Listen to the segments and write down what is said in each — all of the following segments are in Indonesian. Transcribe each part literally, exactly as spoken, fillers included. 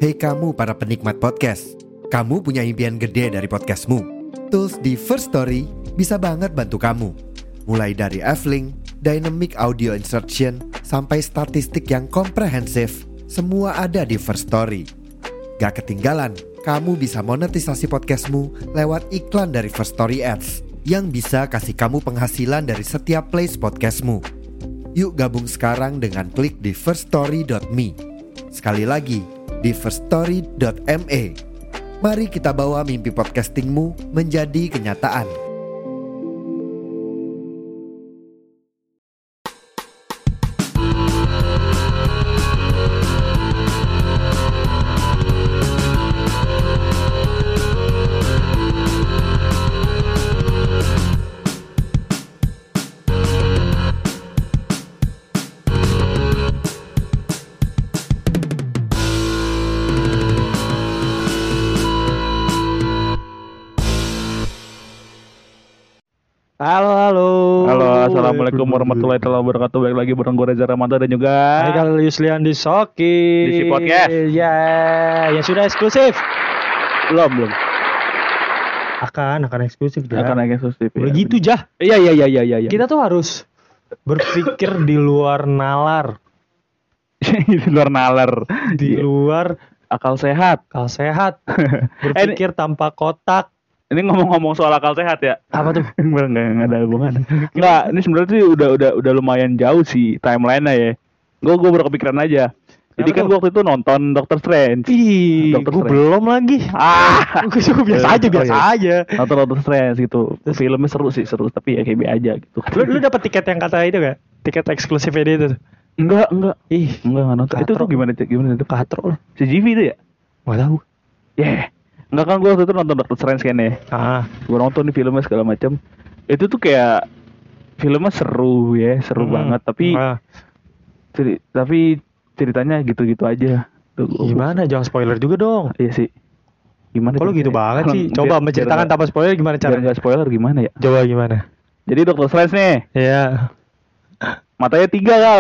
Hei kamu para penikmat podcast, kamu punya impian gede dari podcastmu. Tools di First Story bisa banget bantu kamu. Mulai dari F-Link, Dynamic Audio Insertion, sampai statistik yang komprehensif, semua ada di First Story. Gak ketinggalan, kamu bisa monetisasi podcastmu lewat iklan dari First Story Ads yang bisa kasih kamu penghasilan dari setiap plays podcastmu. Yuk gabung sekarang dengan klik di first story dot me. Sekali lagi, di first story dot me. Mari kita bawa mimpi podcastingmu menjadi kenyataan. Halo, halo. Halo, assalamualaikum warahmatullahi wabarakatuh. Balik lagi bareng gue Reza Ramanto dan juga Haikal Yuslian di Soki. Di si podcast. Ya, yang sudah eksklusif. belum belum. Akan, akan eksklusif ya. Akan lagi eksklusif. Udah Ya. gitu jah. Iya iya iya iya iya. Kita tuh harus berpikir di luar nalar, di luar nalar, di Iya. luar akal sehat. akal sehat, berpikir tanpa kotak. Ini ngomong-ngomong soal akal sehat ya. Apa tuh? Enggak enggak enggak ada hubungan. Enggak, ini sebenarnya sih udah udah udah lumayan jauh sih timeline-nya ya. Gue gue baru kepikiran aja. Jadi Apa kan tuh? gue waktu itu nonton Doctor Strange. Ih, Dokter gue Strange. belum lagi. Ah, Gue juga biasa aja, Oh, biasa iya. aja. nonton Doctor Strange gitu. Filmnya seru sih, seru tapi ya kayak be aja gitu. Lu, lu dapet tiket yang kata itu gak? Tiket eksklusifnya dia itu. Enggak, enggak. Ih, Enggak, enggak nonton. Itu Katro. tuh gimana gimana itu? katro lu. Si G V itu ya? Gak tahu. Ya. Yeah. Enggak kan gue waktu itu nonton Doctor Strange kan ya. Ah, Gue nonton di filmnya segala macam. Itu tuh kayak filmnya seru ya, seru hmm. banget. Tapi Ah. ceri- tapi ceritanya gitu-gitu aja. Tuh, gua- Gimana? Jangan spoiler juga dong. Iya sih. Gimana? Kok lu gitu ceritanya? banget sih? Biar- Coba biar menceritakan nggak- tanpa spoiler gimana biar caranya? nggak spoiler gimana ya? Coba gimana? Jadi Doctor Strange nih, Iya. matanya tiga kal.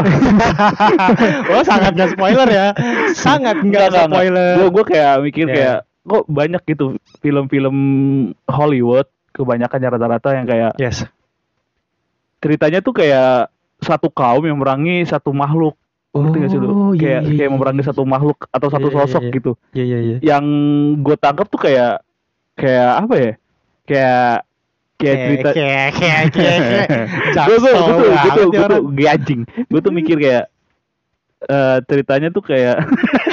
Oh, sangat nggak spoiler ya? Sangat nggak spoiler. Gue gue kayak mikir Ya. kayak kok banyak gitu film-film Hollywood kebanyakan rata-rata yang kayak Yes. ceritanya tuh kayak satu kaum yang memerangi satu makhluk. Ngerti nggak sih lu? Oh, iya, Kayak iya, kayak iya. memerangi satu makhluk atau satu Iya, iya, sosok iya. gitu. Iya iya iya. Yang gue tangkap tuh kayak kayak apa ya? Kayak kayak cerita. kayak kayak kayak. Gue tuh gue tuh gue tuh gue tuh gajing. Gue tuh mikir kayak eh ceritanya tuh kayak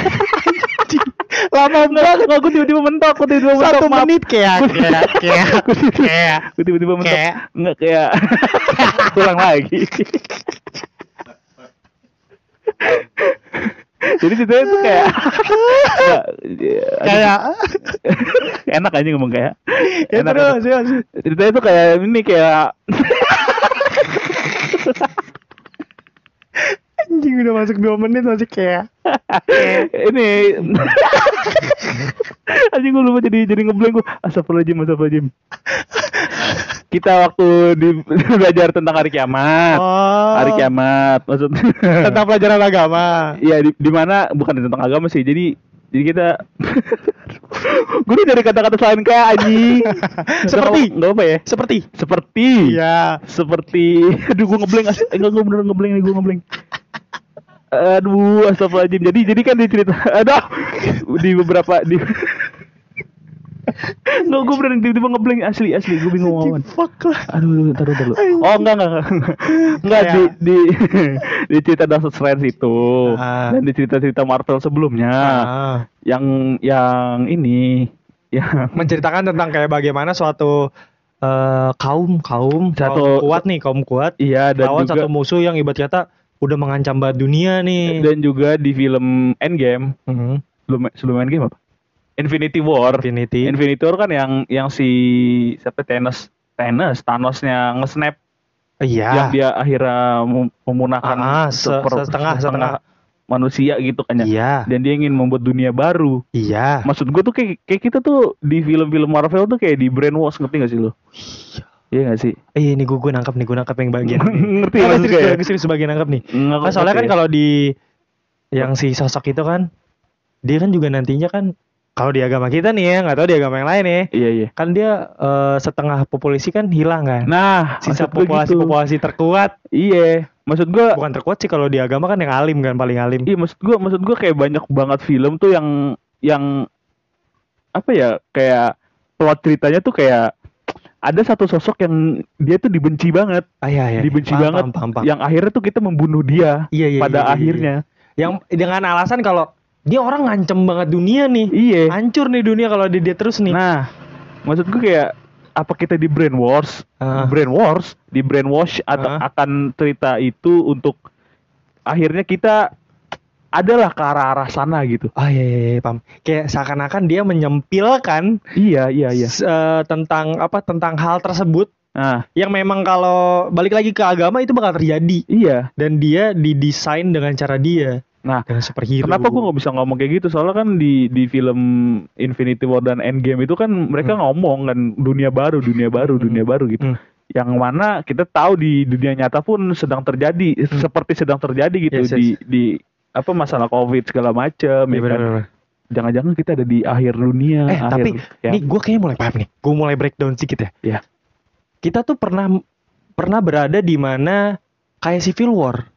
lama banget. Nggak, gue tiba-tiba mentok, gue tiba-tiba mentok. Satu maaf. menit kayak kayak kayak kayak. Gue tiba-tiba mentok. Kayak. Nggak kayak ulang lagi. Jadi ceritanya tuh kayak nggak, Kayak. enak aja ngomong kayak Ya enak, terus enak. ya. Ceritanya tuh kayak ini kayak Anjing udah masuk dua menit masih kayak. ini anjing gue lupa jadi jadi ngeblank gue. Astagfirullahaladzim, astagfirullahaladzim. Kita waktu di belajar tentang hari kiamat. Oh. Hari kiamat maksudnya. Tentang pelajaran agama. Iya, di, di mana bukan tentang agama sih. Jadi jadi kita gue udah dari kata-kata selain kayak anjing. Seperti. Enggak apa ya? Seperti. Seperti. Iya. Seperti aduh gue ngeblank. as- Enggak gue bener ngeblank nih, gue ngeblank. Aduh, astagfirullahaladzim. Jadi jadi kan di cerita aduh di beberapa di Nggak, gue beneran tiba-tiba ngeblank asli asli gue bingung ngomong. Fuck lah. Aduh, taruh taruh. Oh enggak enggak enggak. Enggak di di di cerita Doctor Strange itu Ah. dan di cerita-cerita Marvel sebelumnya Ah. yang yang ini yang Menceritakan tentang kayak bagaimana suatu eh, kaum kaum Satu- kaum kuat nih kaum kuat iya dan lawan juga satu musuh yang ibarat kata udah mengancam banget dunia nih. dan juga di film Endgame Mhm. sebelum sebelum Endgame apa? Infinity War. Infinity. Infinity War kan yang yang si siapa Thanos Thanos Thanosnya nge-snap Iya. yang dia akhirnya mem- memunahkan Ah, ah, se- seper- setengah- setengah. manusia gitu kan ya. Iya. Dan dia ingin membuat dunia baru. Iya. Maksud gue tuh kayak kayak kita tuh di film-film Marvel tuh kayak di brainwash, ngerti gak sih lo? Iya gak sih? Eh ini gue gue nangkap nih, gue nangkap yang bagian ini. Ngerti Nggak, maksud serius, kayak? serius, serius bagian nangkap nih. Nggak, Kan soalnya oke. kan kalau di yang si sosok itu kan dia kan juga nantinya kan kalau di agama kita nih ya, nggak tahu di agama yang lain ya. Iya iya. Kan dia eh, setengah populasi kan hilang kan. Nah, Sisa maksud gua gitu. populasi-populasi terkuat. Iya, maksud gua Bukan terkuat sih, kalau di agama kan yang alim kan, paling alim. iya maksud gua maksud gua kayak banyak banget film tuh yang yang apa ya, kayak plot ceritanya tuh kayak ada satu sosok yang dia tuh dibenci banget, Ah, iya, iya. dibenci Paham, banget, paham, paham, paham. yang akhirnya tuh kita membunuh dia Iya, iya, pada iya, iya, akhirnya. Yang dengan alasan kalau dia orang ngancem banget dunia nih. Iya. Hancur nih dunia kalau dia, dia terus nih. Nah, maksud gue kayak apa kita di brainwash, Ah. brainwash, di brainwash atau Ah. akan cerita itu untuk akhirnya kita adalah ke arah-arah sana gitu. Ah, iya, iya, iya, paham. Kayak seakan-akan dia menyempilkan Iya, iya, iya. s- eh, tentang apa tentang hal tersebut Nah, yang memang kalau balik lagi ke agama itu bakal terjadi, iya. dan dia didesain dengan cara dia, Nah, dengan superhero. kenapa gue nggak bisa ngomong kayak gitu? Soalnya kan di di film Infinity War dan Endgame itu kan mereka ngomong kan dunia baru, dunia baru, Hmm. dunia baru gitu. Hmm. Yang mana kita tahu di dunia nyata pun sedang terjadi, Hmm. seperti sedang terjadi gitu Yes, yes. di di apa masalah COVID segala macam. Iya, Ya kan? benar-benar. Jangan-jangan kita ada di akhir dunia. Eh akhir, tapi ya. nih gue kayaknya mulai paham nih. Gue mulai breakdown sedikit ya. Iya. Kita tuh pernah pernah berada di mana kayak civil war.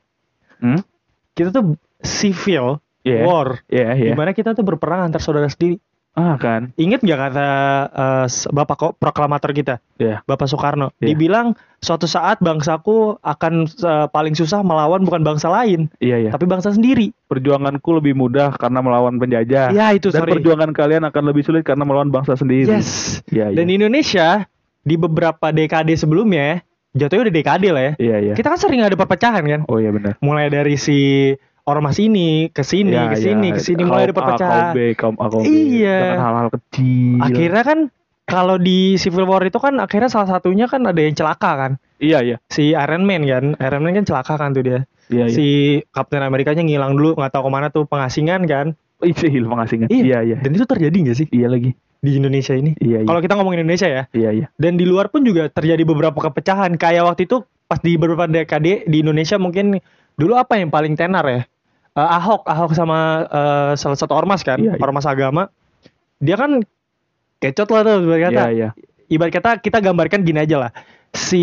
Hmm? Kita tuh civil Iya. war. Iya, iya. Di mana kita tuh berperang antar saudara sendiri. Ah kan. Ingat nggak kata eh, s- bapak kok proklamator kita, Iya. Bapak Soekarno? Iya. Dibilang suatu saat bangsaku akan eh, paling susah melawan bukan bangsa lain, Iya, iya. tapi bangsa sendiri. Perjuanganku lebih mudah karena melawan penjajah. Ya itu Dan sorry. perjuangan kalian akan lebih sulit karena melawan bangsa sendiri. Yes. Iya, iya. Dan Indonesia di beberapa dekade sebelumnya, jatuhnya udah dekade lah ya. Iya, iya. Kita kan sering ada perpecahan kan. Oh iya benar. Mulai dari si ormas ini ke sini, Iya, ke sini, iya. ke sini, Kaum mulai ada A, kaum perpecahan. B, kaum A, kaum B. Iya. Dengan hal-hal kecil. Akhirnya kan kalau di Civil War itu kan akhirnya salah satunya kan ada yang celaka kan. Iya, iya. Si Iron Man kan. Iron Man kan celaka kan tuh dia. Iya, iya. Si Captain Amerikanya ngilang dulu, nggak tahu kemana tuh, pengasingan kan. Isi hilang pengasingan. Iya. Iya, iya. Dan itu terjadi nggak sih Iya lagi. di Indonesia ini? Iya, iya. Kalau kita ngomong Indonesia ya. Iya, iya. Dan di luar pun juga terjadi beberapa kepecahan. Kayak waktu itu pas di beberapa dekade di Indonesia mungkin dulu apa yang paling tenar ya? Eh, Ahok, Ahok sama eh, salah satu ormas kan, Iya, iya. ormas agama. Dia kan kecot lah tuh ibarat kata. Iya, iya. Ibarat kata kita gambarkan gini aja lah. Si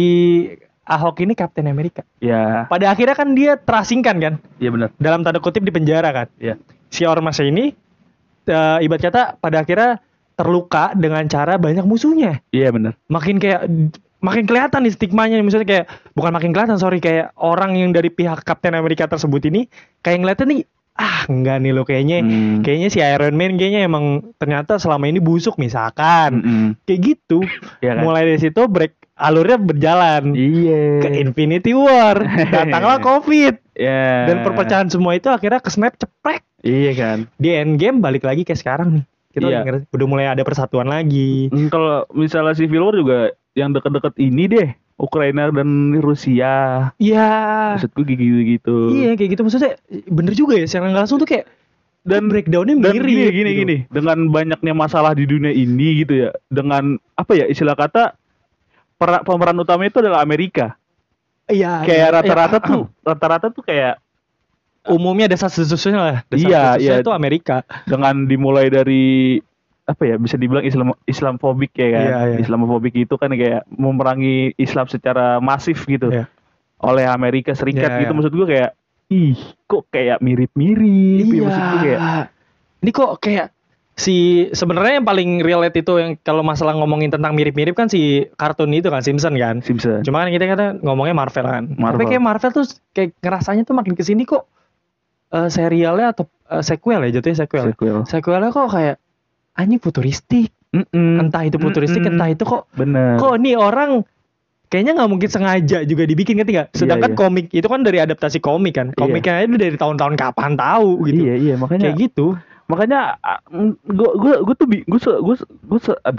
Ahok ini Captain America. Iya. Pada akhirnya kan dia terasingkan kan, Iya benar. dalam tanda kutip di penjara kan. Iya. Si ormas ini eh, ibarat kata pada akhirnya terluka dengan cara banyak musuhnya. Iya benar. Makin kayak makin kelihatan nih stigmanya, misalnya kayak bukan makin kelihatan sorry kayak orang yang dari pihak Captain America tersebut ini kayak ngeliatnya nih, ah enggak nih lo kayaknya Hmm. kayaknya si Iron Man kayaknya emang ternyata selama ini busuk misalkan Mm-mm. kayak gitu. Iya kan? Mulai dari situ break alurnya berjalan Iya. ke Infinity War, datanglah COVID, Iya. dan perpecahan semua itu akhirnya ke snap ceprek. Iya kan. Di Endgame balik lagi kayak sekarang nih, kita Iya. lagi ngerti- udah mulai ada persatuan lagi. Hmm, Kalau misalnya Civil War juga yang deket-deket ini deh, Ukraina dan Rusia. Iya. Maksudku gitu-gitu. Iya kayak gitu, maksudnya bener juga ya, secara nggak langsung tuh kayak Dan breakdownnya dan mirip gini gini gitu. gini, dengan banyaknya masalah di dunia ini gitu ya, dengan apa ya istilah kata pera- pemeran utama itu adalah Amerika. Iya. Kayak iya, rata-rata iya. tuh, rata-rata tuh kayak umumnya desas-desusnya lah. Iya, Desas-desusnya iya. itu Amerika. dengan dimulai dari apa ya bisa dibilang Islam Islamfobik ya kan. Iya, iya. Islamofobik itu kan kayak memerangi Islam secara masif gitu Iya. oleh Amerika Serikat Iya, gitu. iya. Maksud gua kayak ih kok kayak mirip-mirip ya, maksud gua kayak Ini kok kayak si sebenarnya yang paling relate itu yang kalau masalah ngomongin tentang mirip-mirip kan si kartun itu kan Simpson kan. Simpson. Cuma kan kita kata ngomongnya Marvel kan. Marvel. Tapi kayak Marvel tuh kayak ngerasanya tuh makin kesini kok eh, serialnya atau eh, sequel ya jatuhnya sequel. Sequel. Sequelnya kok kayak anjing futuristik. Mm-mm. Entah itu futuristik, Mm-mm. entah itu kok Bener. kok nih orang kayaknya nggak mungkin sengaja juga dibikin ngerti nggak? Sedangkan iya. komik itu kan dari adaptasi komik kan. Komiknya itu dari tahun-tahun kapan tahu gitu. Iya iya makanya Kayak gitu. makanya gue gue gue tuh gue gue gue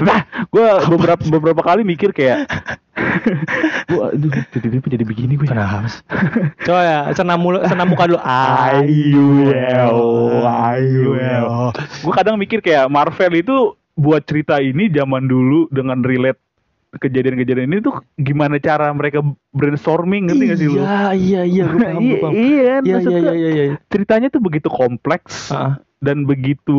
gue beberapa beberapa kali mikir kayak gue aduh jadi jadi begini gue. Kenapa? Coba ya, senam mulu, senam muka dulu. Ayu, eo, ayu, eo. Gue kadang mikir kayak Marvel itu buat cerita ini zaman dulu dengan relate kejadian-kejadian ini tuh gimana cara mereka brainstorming, ngerti gak sih lu? Iya, iya, iya, gue paham, gue Iya, paham. iya, Iya, maksud iya, gua, iya, iya. ceritanya tuh begitu kompleks Ah. dan begitu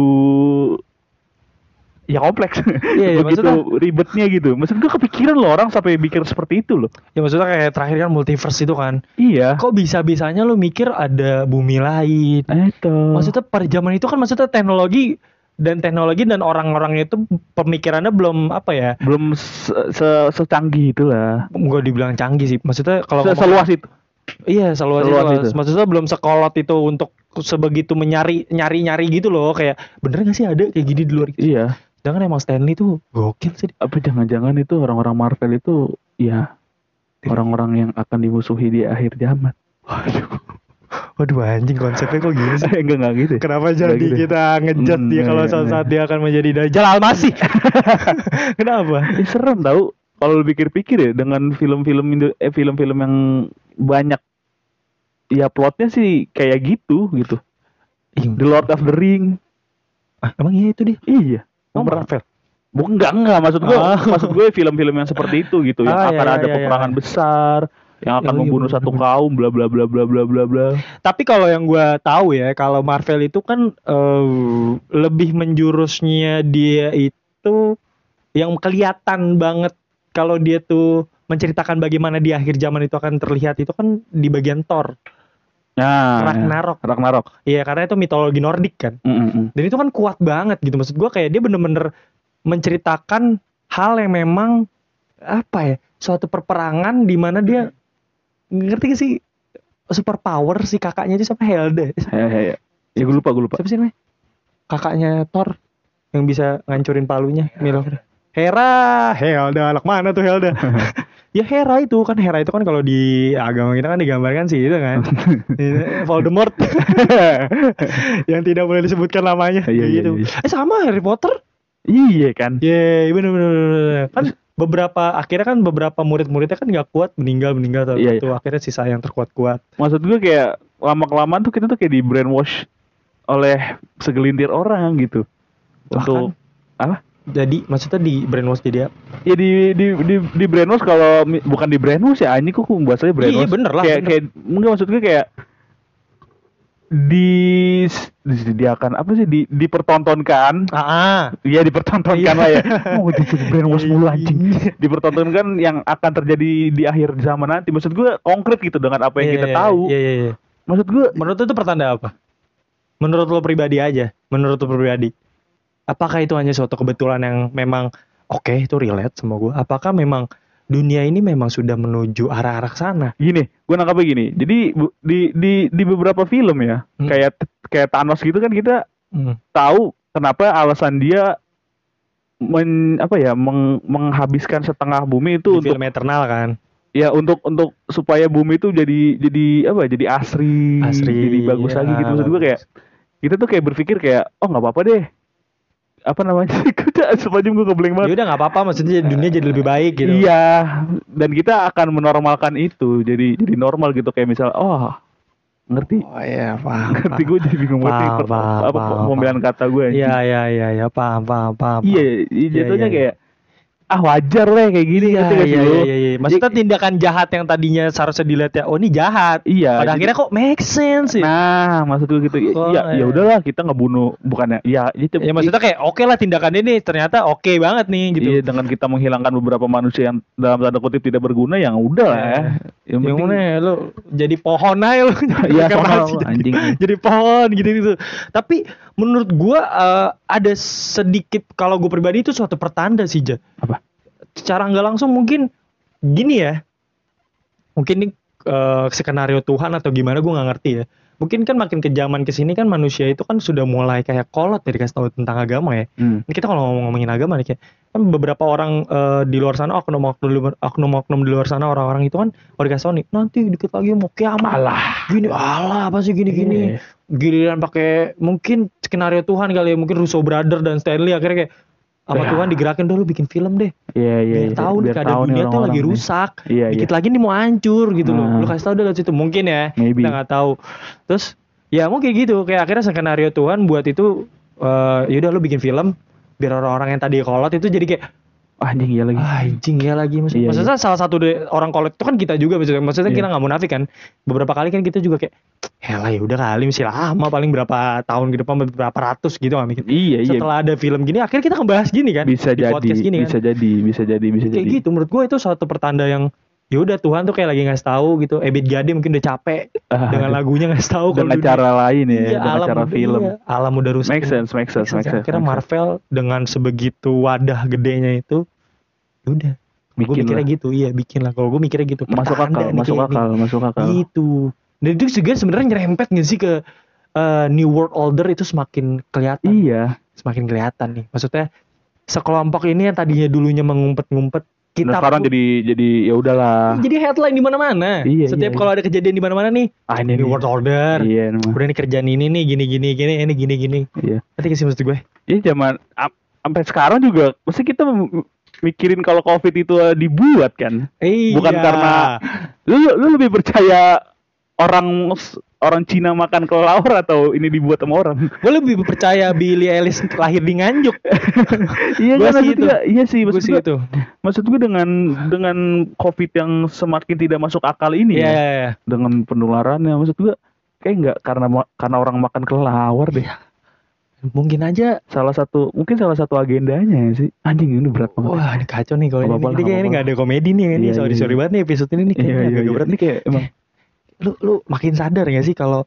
ya kompleks, Iya, iya, begitu maksudnya- ribetnya gitu. Maksud gue kepikiran loh orang sampai mikir seperti itu loh. Ya maksudnya kayak terakhir kan multiverse itu kan. Iya. Kok bisa-bisanya lu mikir ada bumi lain? Itu. Maksudnya pada zaman itu kan maksudnya teknologi dan teknologi dan orang-orangnya itu pemikirannya belum apa ya? belum se se- secanggih itulah. Gue dibilang canggih sih. Maksudnya kalau Se ngomong- seluas itu. Iya, seluas, Seluas itu. itu. Maksudnya belum sekolot itu untuk sebegitu menyari nyari-nyari gitu loh, kayak bener gak sih ada kayak gini di luar? Iya. Jangan emang Stanley tuh gokil sih. Apa jangan-jangan itu orang-orang Marvel itu ya orang-orang yang akan dimusuhi di akhir zaman. Waduh. Waduh anjing konsepnya kok gini sih? enggak enggak gitu. Kenapa Enggak jadi gitu. kita ngejat Hmm, dia kalau iya, suatu iya. saat dia akan menjadi Dajjal Almasih? Kenapa? Eh, serem tahu kalau lu pikir-pikir ya dengan film-film Indo- eh film-film yang banyak ya plotnya sih kayak gitu gitu. The Lord of the Ring. Ah, emang iya itu dia? Iya. Oh, Pemerang- Marvel. Bukan enggak enggak maksud gue Ah. maksud gue film-film yang seperti itu gitu yang Ah, akan iya, ada iya, peperangan iya. besar yang akan Oh, iya, membunuh bener, satu bener. kaum bla bla bla bla bla bla bla. Tapi kalau yang gua tahu ya, kalau Marvel itu kan eh, lebih menjurusnya dia itu yang kelihatan banget kalau dia tuh menceritakan bagaimana di akhir zaman itu akan terlihat itu kan di bagian Thor, Nah, Ragnarok. Ragnarok. Iya, karena itu mitologi Nordik kan. Mm, mm, mm. Dan itu kan kuat banget gitu. Maksud gua kayak dia bener-bener menceritakan hal yang memang apa ya, suatu perperangan di mana dia ngerti gak sih super power si kakaknya itu siapa, Helda. Ya, ya, ya. Ya gue lupa, gue lupa. Siapa sih namanya? Kakaknya Thor yang bisa ngancurin palunya, Mjolnir. Hera, Helda, anak mana tuh Helda? Ya Hera itu kan, Hera itu kan kalau di agama kita kan digambarkan sih itu kan. Voldemort. Yang tidak boleh disebutkan namanya Iya, kayak iya, gitu. iya. Eh sama Harry Potter. Iya kan. Yeay, bener bener bener, bener. Kan beberapa akhirnya kan beberapa murid-muridnya kan nggak kuat, meninggal meninggal tuh. Iya, Tuh, akhirnya sisa yang terkuat-kuat. Maksud gue kayak lama-kelamaan tuh kita tuh kayak di brainwash oleh segelintir orang gitu. Untuk apa? Jadi maksudnya di brainwash jadi apa? Ya di di di, di brainwash kalau mi- bukan di brainwash ya anjing kok bahasanya brainwash. Iya, bener lah, Kayak bener. kayak enggak maksud gue kayak di disediakan apa sih di dipertontonkan. Ah, ah. Iya dipertontonkan lah ya. Oh itu brainwash mulu anjing. Iya. Dipertontonkan yang akan terjadi di akhir zaman nanti. Maksud gue konkret gitu dengan apa yang Iya, kita iya, tahu. Iya, iya, iya. Maksud gue Menurut lu itu pertanda apa? Menurut lo pribadi aja, menurut lo pribadi. Apakah itu hanya suatu kebetulan yang memang oke itu relate sama gue? Apakah memang dunia ini memang sudah menuju arah-arah sana? gini, gue nangkapnya gini. Jadi bu- di di di beberapa film ya, Hmm. kayak kayak Thanos gitu kan kita Hmm. tahu kenapa alasan dia men apa ya meng- menghabiskan setengah bumi itu Di untuk film Eternal kan? ya untuk untuk supaya bumi itu jadi jadi apa jadi asri, Asri, jadi bagus ya, lagi gitu. Maksud gue bagus. kayak kita tuh kayak berpikir kayak oh nggak apa-apa deh, apa namanya udah semacam gue ngeblank Ya banget. udah nggak apa-apa, maksudnya dunia jadi lebih baik gitu. Iya, dan kita akan menormalkan itu jadi jadi normal gitu kayak misal oh ngerti. Oh iya, paham. Ngerti gue jadi bingung ngerti Paham, per- paham, apa paham, pemilihan kata gue anjing. Iya, iya, iya, iya, paham, paham, paham. Iya, iya, jatuhnya iya, iya. kayak ah wajar lah kayak gini Iya, ngerti gak sih iya, lu? iya, iya, iya. Maksudnya tindakan jahat yang tadinya seharusnya dilihat ya, oh ini jahat. Iya. Pada jadi- akhirnya kok make sense ya? Nah, maksud gue gitu. Oh, Ya, iya. ya udahlah kita ngebunuh bukannya. Ya, itu. Ya maksudnya kayak oke lah tindakan ini ternyata oke banget nih gitu. Iya, dengan kita menghilangkan beberapa manusia yang dalam tanda kutip tidak berguna, yang udah lah ya. Yang Yang penting- mana ya, lu jadi pohon aja lu. Iya, Reinkarnasi pohon, jadi- anjing. Jadi pohon gitu-gitu. Tapi menurut gua eh, ada sedikit, kalau gue pribadi itu suatu pertanda sih, Ja. Apa? Secara nggak langsung mungkin gini ya. Mungkin ini eh, skenario Tuhan atau gimana gue nggak ngerti ya. Mungkin kan makin ke zaman kesini kan manusia itu kan sudah mulai kayak kolot dari kasih tahu tentang agama ya. Hmm. Ini kita kalau ngomong ngomongin agama nih kayak kan beberapa orang eh, di luar sana oknum-oknum di luar- oknum-oknum di luar sana orang-orang itu kan kalau dikasih tahu nih nanti dikit lagi mau kiamat. Alah. Gini alah apa sih gini-gini. Iya. Giliran pakai mungkin skenario Tuhan kali ya, mungkin Russo Brother dan Stanley akhirnya kayak sama Ya. Tuhan digerakin dulu bikin film deh. Iya, iya. Biar iya. tahu nih Biar keadaan tahu nih dunia tuh orang-orang lagi nih. rusak. Iya, Dikit iya. lagi nih mau hancur gitu loh. Nah. Lu kasih tahu deh dari situ mungkin ya. Maybe. Kita nggak tahu. Terus ya mungkin gitu kayak akhirnya skenario Tuhan buat itu eh yaudah lu bikin film biar orang-orang yang tadi kolot itu jadi kayak Anjing iya lagi. Anjing ya lagi maksud, Iya, maksudnya salah satu dari orang kolot itu kan kita juga maksudnya, maksudnya Iya. kita nggak munafik kan. Beberapa kali kan kita juga kayak helah ya udah kali masih lama paling berapa tahun ke depan berapa ratus gitu nggak mikir. Iya iya. Setelah ada film gini akhirnya kita ngebahas gini kan. Bisa di jadi, podcast gini bisa kan. jadi, bisa jadi, bisa Kayak jadi. gitu menurut gue itu suatu pertanda yang ya udah Tuhan tuh kayak lagi ngasih tahu gitu. Ebit Gade mungkin udah capek Ah, dengan aduh. lagunya ngasih tahu kalau Dengan dunia- cara lain ya, Iya, dengan alam cara udah- film. iya, alam udah rusak. Make sense, make sense, make sense. Akhirnya make sense. Marvel dengan sebegitu wadah gedenya itu ya udah. Gue Bikin mikirnya lah. gitu, iya bikin lah. Kalau gue mikirnya gitu, Masuk pertanda akal, nih masuk kayak akal, masuk nih. akal. Gitu. Dan itu juga sebenarnya nyerempet nggak sih ke eh, New World Order itu semakin kelihatan, Iya. semakin kelihatan nih. Maksudnya sekelompok ini yang tadinya dulunya mengumpet-ngumpet, kita Nah, sekarang pun- jadi jadi ya udahlah. jadi headline di mana-mana. Iya, Setiap iya, kalau ada kejadian di mana-mana nih, Ah, ini New nih. World Order. Iya, emang. Udah nih kerjaan ini nih, gini-gini, gini, ini gini-gini. Iya. Nanti kasih maksud gue. Iya zaman ap- sampai sekarang juga mesti kita mem- mikirin kalau Covid itu eh, dibuat kan. Iya. Bukan karena lu lu lebih percaya orang orang Cina makan kelelawar atau ini dibuat sama orang? gue lebih percaya Billie Eilish lahir di Nganjuk. Iya Gua kan, sih maksud itu. gua- iya sih Gue maksud sih gua, itu. maksud gue dengan dengan Covid yang semakin tidak masuk akal ini Iya, ya, iya, iya. dengan penularannya maksud gue kayak nggak karena ma- karena orang makan kelelawar deh. Mungkin aja. Salah satu mungkin salah satu agendanya sih. Anjing ini berat banget. Wah, ini kacau nih kalau Nggak ini. apa-apa Ini lah, kayak ini nggak nggak ada komedi nih. Ini Iya, sorry iya, sorry iya. banget nih episode ini nih. Iya Kayaknya iya agak iya. berat. Ini kayak emang Lu lu makin sadar gak sih kalau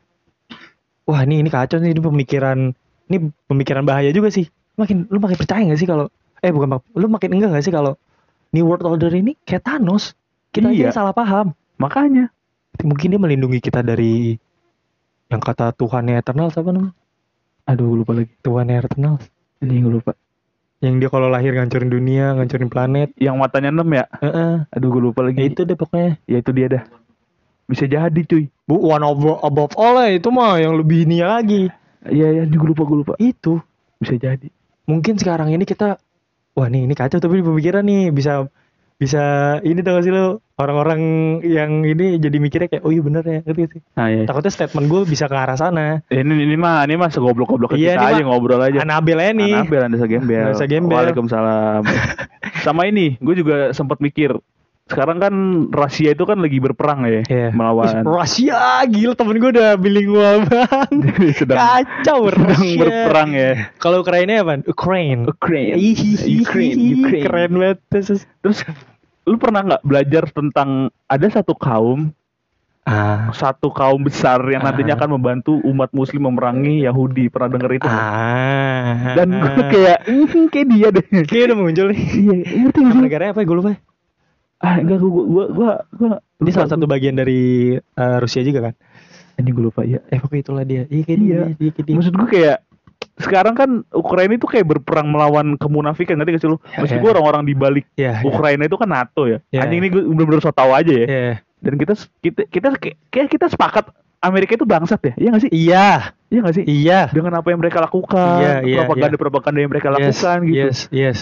wah ini ini kacau nih ini pemikiran ini pemikiran bahaya juga sih. Makin lu makin percaya gak sih kalau eh bukan lu makin enggak gak sih kalau New World Order ini kayak Thanos. Kita aja Iya. yang salah paham. makanya. Mungkin dia melindungi kita dari yang kata Tuhannya Eternal apa namanya? Aduh gue lupa lagi. Tuhannya Eternal. Anjing gue lupa. Yang dia kalau lahir ngancurin dunia, ngancurin planet. Yang matanya enam ya? Heeh. Aduh gue lupa Ya lagi. itu deh pokoknya. Ya itu dia dah. Bisa jadi cuy. Bu, one above, above all lah itu mah yang lebih ini lagi. Iya iya gue lupa gue lupa. Itu. Bisa jadi. Mungkin sekarang ini kita wah nih ini kacau tapi pemikiran nih bisa bisa ini tau gak sih lo orang-orang yang ini jadi mikirnya kayak oh iya bener ya ngerti gak sih? Nah iya. Takutnya statement gue bisa ke arah sana. Eh, Ini ini mah ini mah segoblok-goblok Iya, kita ini aja mah ngobrol aja. Anabel aja nih. Anabel Anda segembel. Anda segembel. Waalaikumsalam. Sama ini, gue juga sempat mikir. Sekarang kan Rusia itu kan lagi berperang ya Iya. melawan Ih, Rusia gila temen gue udah bilingual banget. sedang Kacau sedang Rusia. berperang ya. Kalau Ukraina apa? Ukraine. Ukraine. Ih, Ukraine, Ukraine. Keren banget. Terus- Terus lu pernah nggak belajar tentang ada satu kaum Ah. satu kaum besar yang nantinya Ah. akan membantu umat muslim memerangi Yahudi, pernah denger itu nggak? Ah. Dan gue kayak "Ih, kayak dia deh. Kayak udah muncul nih. Iya, ngerti nggak Nama sih? negaranya apa ya? Gue lupa. Ah, enggak gua gua gua gua Ini salah satu bagian dari eh, Rusia juga kan? ini gue lupa ya. Eh pokoknya itulah dia. Iya kayak Iya. dia. Dia kayak dia. Maksud gue kayak sekarang kan Ukraina itu kayak berperang melawan kemunafikan, ngerti gak sih lu? Maksud Iya. gue orang-orang di balik Iya. Ukraina itu kan NATO ya. Iya. Anjing ini gue bener-bener so tau aja ya. Iya. Dan kita kita kita kayak kita sepakat Amerika itu bangsat ya. Iya gak sih? Iya. Iya gak sih? Iya. Dengan apa yang mereka lakukan, Iya, iya, propaganda-propaganda yang mereka Yes, lakukan gitu. Yes. Yes.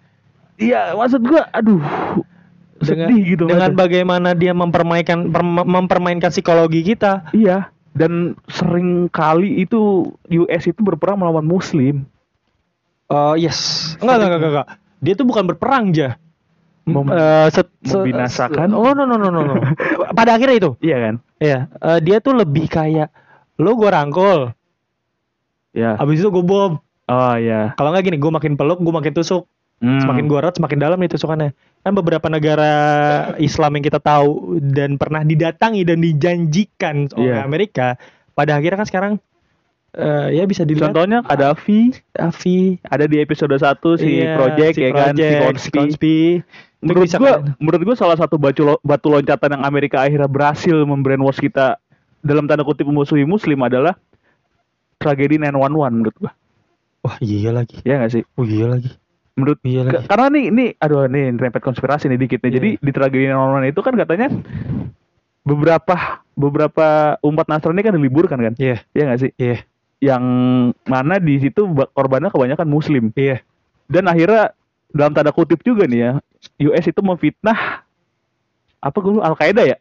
Iya, maksud gue aduh Dengan, sedih gitu. dengan ngeliatnya. bagaimana dia mempermainkan perma- mempermainkan psikologi kita. Iya, dan sering kali itu U S itu berperang melawan muslim. Oh yes. Enggak, enggak, enggak, enggak. Dia tuh bukan berperang aja. Mem- Eh, set- se- membinasakan. Oh no no no no no. Pada akhirnya itu. Iya kan? Iya. Eh, dia tuh lebih kayak lo gue rangkul. Iya. Abis itu gue bom. Oh iya. Kalau nggak gini, gue makin peluk, gue makin tusuk. Hmm. Semakin gue erat, semakin dalam nih tusukannya. Kan beberapa negara Islam yang kita tahu dan pernah didatangi dan dijanjikan oleh Iya. Amerika, pada akhirnya kan sekarang eh, ya bisa dilihat. Contohnya Gaddafi Afi, ada di episode satu si iya, Project si ya kan, si Project, Konspi. si Konspi. Itu Menurut bisa gua, kan- menurut gua salah satu batu, lo- batu loncatan yang Amerika akhirnya berhasil membrainwash kita dalam tanda kutip memusuhi muslim adalah tragedi sembilan satu satu menurut gua. Wah iya lagi. Iya gak sih? Oh iya lagi. Menurut Iya ke- lagi. karena nih ini aduh nih rempet konspirasi nih dikit nih. Iya. Jadi di tragedi sembilan satu satu itu kan katanya beberapa beberapa umat Nasrani kan diliburkan kan? Iya, Iya gak sih? iya, Yang mana di situ ba- korbannya kebanyakan muslim. iya. Dan akhirnya dalam tanda kutip juga nih ya, U S itu memfitnah apa gue lupa, Al-Qaeda ya?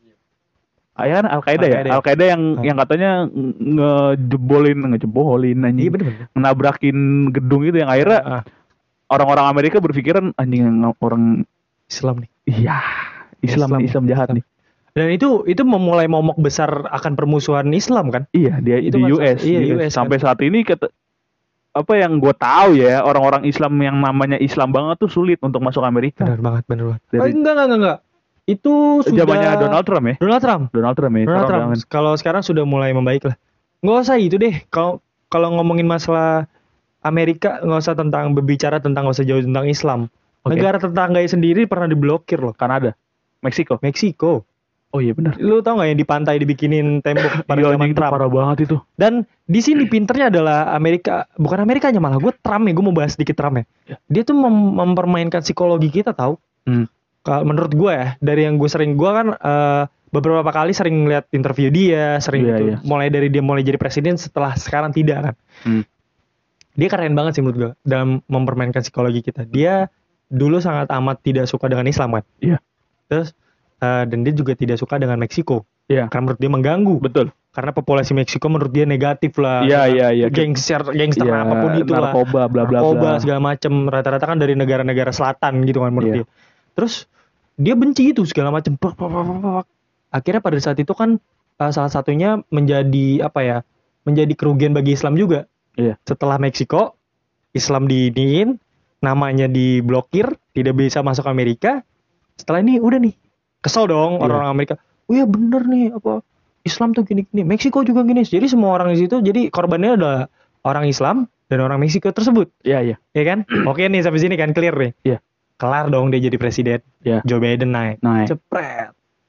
Ayah kan Al-Qaeda ya? Al-Qaeda ya? Al-Qaeda yang Hmm. yang katanya nge- ngejebolin ngejebolin Iya anjing. bener bener. Menabrakin gedung itu yang akhirnya Ah, orang-orang Amerika berpikiran anjing orang Islam nih. iya Islam Islam, nih, Islam jahat Islam. nih. Dan itu itu memulai momok besar akan permusuhan Islam kan? Iya, dia Itu di kan U S, saat- iya, di U S sampai kan. saat ini kata apa yang gue tahu ya, orang-orang Islam yang namanya Islam banget tuh sulit untuk masuk Amerika. Benar banget, benar banget. Dari- Oh, enggak, enggak, enggak, enggak. Itu sudah Zamannya Donald Trump ya. Donald Trump. Donald Trump ya. Donald Trump Trump. jangan. Kalau sekarang sudah mulai membaik lah. Nggak usah itu deh. Kalau kalau ngomongin masalah Amerika, nggak usah tentang berbicara tentang nggak usah jauh tentang Islam. Oke. Negara tetangganya sendiri pernah diblokir loh. Kanada, Meksiko. Meksiko. Oh iya benar. Lu tau nggak yang di pantai dibikinin tembok pada Iya, zaman anjing, itu Trump? parah banget itu. Dan di sini pinternya adalah Amerika, bukan Amerikanya malah gue Trump ya, gue mau bahas sedikit Trump ya. Ya. Dia tuh mem- mempermainkan psikologi kita tahu. Hmm. Kalau menurut gue ya, dari yang gue sering gue kan eh, beberapa kali sering lihat interview dia, sering Iya, gitu. iya. Mulai dari dia mulai jadi presiden setelah sekarang tidak kan. Hmm. Dia keren banget sih menurut gue dalam mempermainkan psikologi kita. Dia dulu sangat amat tidak suka dengan Islam kan. Iya. Terus eh, dan dia juga tidak suka dengan Meksiko. Iya. Karena menurut dia mengganggu. Betul. Karena populasi Meksiko menurut dia negatif lah. Iya iya iya. Gangster, gangster Iya, apapun itu lah. narkoba bla bla Narkoba bla. segala macem. Rata-rata kan dari negara-negara selatan gitu kan menurut Iya. dia. Terus dia benci itu segala macem. Bak, bak, bak, bak, bak. Akhirnya pada saat itu kan eh, salah satunya menjadi apa ya? Menjadi kerugian bagi Islam juga. Iya. Setelah Meksiko, Islam diiniin, namanya diblokir, tidak bisa masuk Amerika. Setelah ini udah nih, kesel dong Iya. orang-orang Amerika. Oh ya bener nih apa Islam tuh gini-gini, Meksiko juga gini. Jadi semua orang di situ jadi korbannya adalah orang Islam dan orang Meksiko tersebut, Iya iya. ya kan? Oke nih sampai sini kan clear nih. Iya. Kelar dong dia jadi presiden. Iya. Joe Biden naik. Naik. Cepret.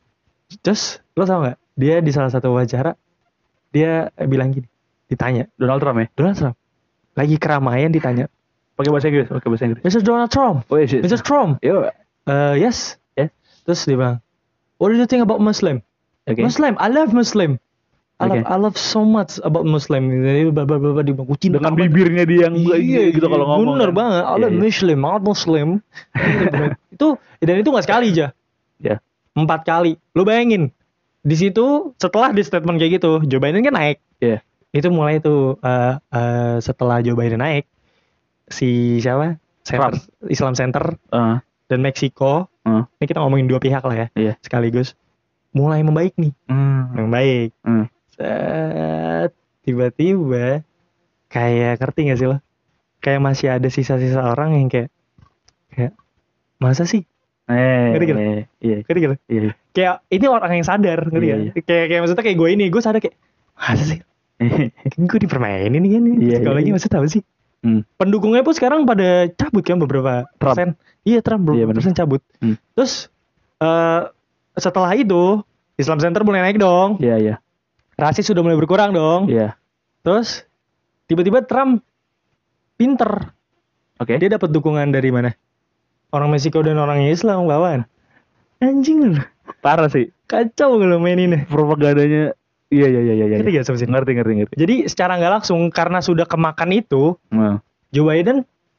Terus lo tau nggak? Dia di salah satu wawancara dia bilang gini, ditanya Donald Trump ya. Donald Trump lagi keramaian ditanya, Pakai bahasa Inggris, pakai bahasa Inggris. mister Donald Trump, Oh iya. mister Trump, Yo. uh, yes, Yes. Terus dia bilang, what do you think about Muslim? Oke. Muslim, I love Muslim. I love, Oke. I love so much about Muslim. Jadi bla bla bla bla, dia bilang, "Gua cinta Dengan banget." bibirnya dia yang Iya, gitu kalau ngomong. bener kan. banget. I Iya, love iya. Muslim, I love Muslim. Iya, bener. Itu dan itu nggak sekali aja. Ya. Empat kali. Lu bayangin. Di situ setelah di statement kayak gitu, Joe Biden kan naik. Iya. Itu mulai tuh eh, eh, setelah Joe Biden naik, si siapa? Center, Islam Center Ah, dan Meksiko. Hmm. Ini kita ngomongin dua pihak lah ya. Iya. Sekaligus mulai membaik nih. hmm. Membaik. Hmm. Set, tiba-tiba kayak ngerti gak sih lo? Kayak masih ada sisa-sisa orang yang kayak kayak masa sih? Eh, Ngerti gak? eh, iya, Ngerti gak lo? iya, iya. Kayak ini orang yang sadar, ngerti Iya, gak? iya. Kayak kayak maksudnya kayak gue ini, gue sadar kayak masa sih? Gue dipermainin nih kan? Iya, Kalau iya, lagi iya. maksudnya apa sih? Hmm. Pendukungnya pun sekarang pada cabut kan beberapa Trump. persen. Iya Trump beberapa Iya, bener. persen cabut. Hmm. Terus eh setelah itu Islam Center mulai naik dong. Iya, iya, Rasis sudah mulai berkurang dong. iya. Terus tiba-tiba Trump pinter. Oke. Dia dapat dukungan dari mana? Orang Meksiko dan orang Islam lawan. Anjing lu. Parah sih. Kacau lu maininnya. Propagandanya. Iya, iya, iya, iya. Ngerti iya. gak sampai sini? Ngerti, ngerti, ngerti. Jadi secara nggak langsung karena sudah kemakan itu, Nah, Joe Biden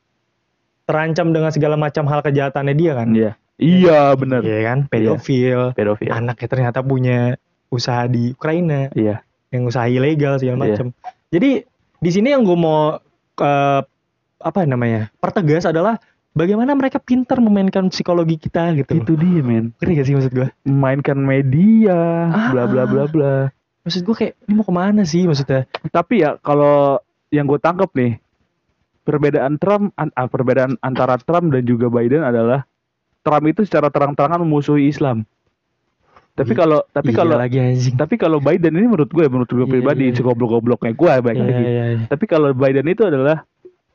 terancam dengan segala macam hal kejahatannya dia kan. iya. Iya, benar. Iya kan? Pedofil. Pedofil. Anaknya ternyata punya usaha di Ukraina, Iya. yang usaha ilegal segala Iya. macam. Jadi di sini yang gue mau eh, apa namanya? pertegas adalah bagaimana mereka pintar memainkan psikologi kita gitu. Itu dia, men. Ngerti gak sih maksud gue? Mainkan media, Ah. bla bla bla bla. Maksud gue kayak ini mau kemana sih maksudnya? Tapi ya kalau yang gue tangkap nih, perbedaan Trump an- ah, perbedaan antara Trump dan juga Biden adalah Trump itu secara terang-terangan memusuhi Islam. Tapi Iya. kalau tapi Iya kalau lagi anjing. tapi kalau Biden ini menurut gue menurut gue Iya, pribadi iya. segoblok-gobloknya gue baik Iya, lagi. iya, iya. Tapi kalau Biden itu adalah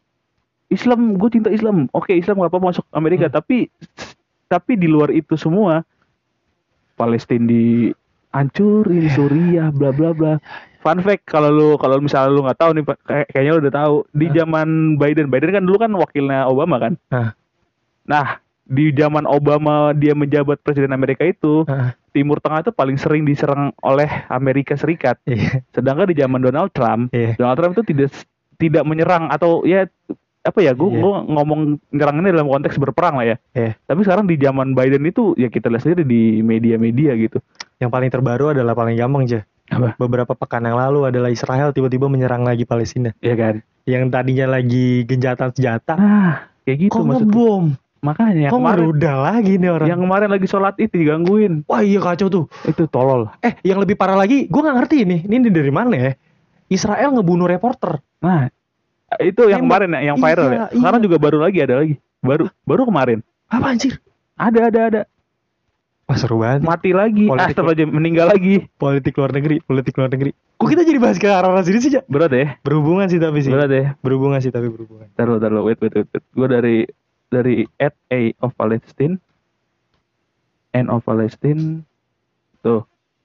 Islam, gue cinta Islam. Oke, Islam gak apa-apa masuk Amerika, Hmm. tapi tapi di luar itu semua Palestina dihancurin, Suriah, bla bla bla. Fun fact kalau lu kalau misalnya lu nggak tahu nih, Pak, kayak- kayaknya lu udah tahu di Hah? zaman Biden, Biden kan dulu kan wakilnya Obama kan. Hah. Nah, di zaman Obama dia menjabat presiden Amerika itu, Heeh. Timur Tengah itu paling sering diserang oleh Amerika Serikat. Iya. Sedangkan di zaman Donald Trump, Iya. Donald Trump itu tidak tidak menyerang atau ya apa ya, gue Iya. gue ngomong nyerang ini dalam konteks berperang lah ya. Iya. Tapi sekarang di zaman Biden itu ya kita lihat sendiri di media-media gitu. Yang paling terbaru adalah paling gampang aja. Apa? Beberapa pekan yang lalu adalah Israel tiba-tiba menyerang lagi Palestina. Iya kan? Yang tadinya lagi gencatan senjata, Ah, Kayak gitu Kok maksudnya. ngebom? Makanya yang Kok kemarin merudah lagi nih orang? yang kemarin lagi sholat itu digangguin. Wah iya kacau tuh. Itu tolol. Eh yang lebih parah lagi, gue nggak ngerti ini. Ini dari mana ya? Israel ngebunuh reporter. Nah, itu yang Nembak. kemarin ya, yang viral Iya, ya. Sekarang iya. juga baru lagi ada lagi. Baru baru kemarin. Apa anjir? Ada ada ada. Wah seru banget. Mati lagi. Politik- Astagfirullah, meninggal lagi. Politik luar negeri, politik luar negeri. Kok kita jadi bahas ke arah sini sih, Jak? Berat ya? Berhubungan sih tapi sih. Berat ya? Berhubungan sih tapi berhubungan. Taruh taruh wait wait wait. wait. Gue dari dari at A of Palestine, N of Palestine, tuh.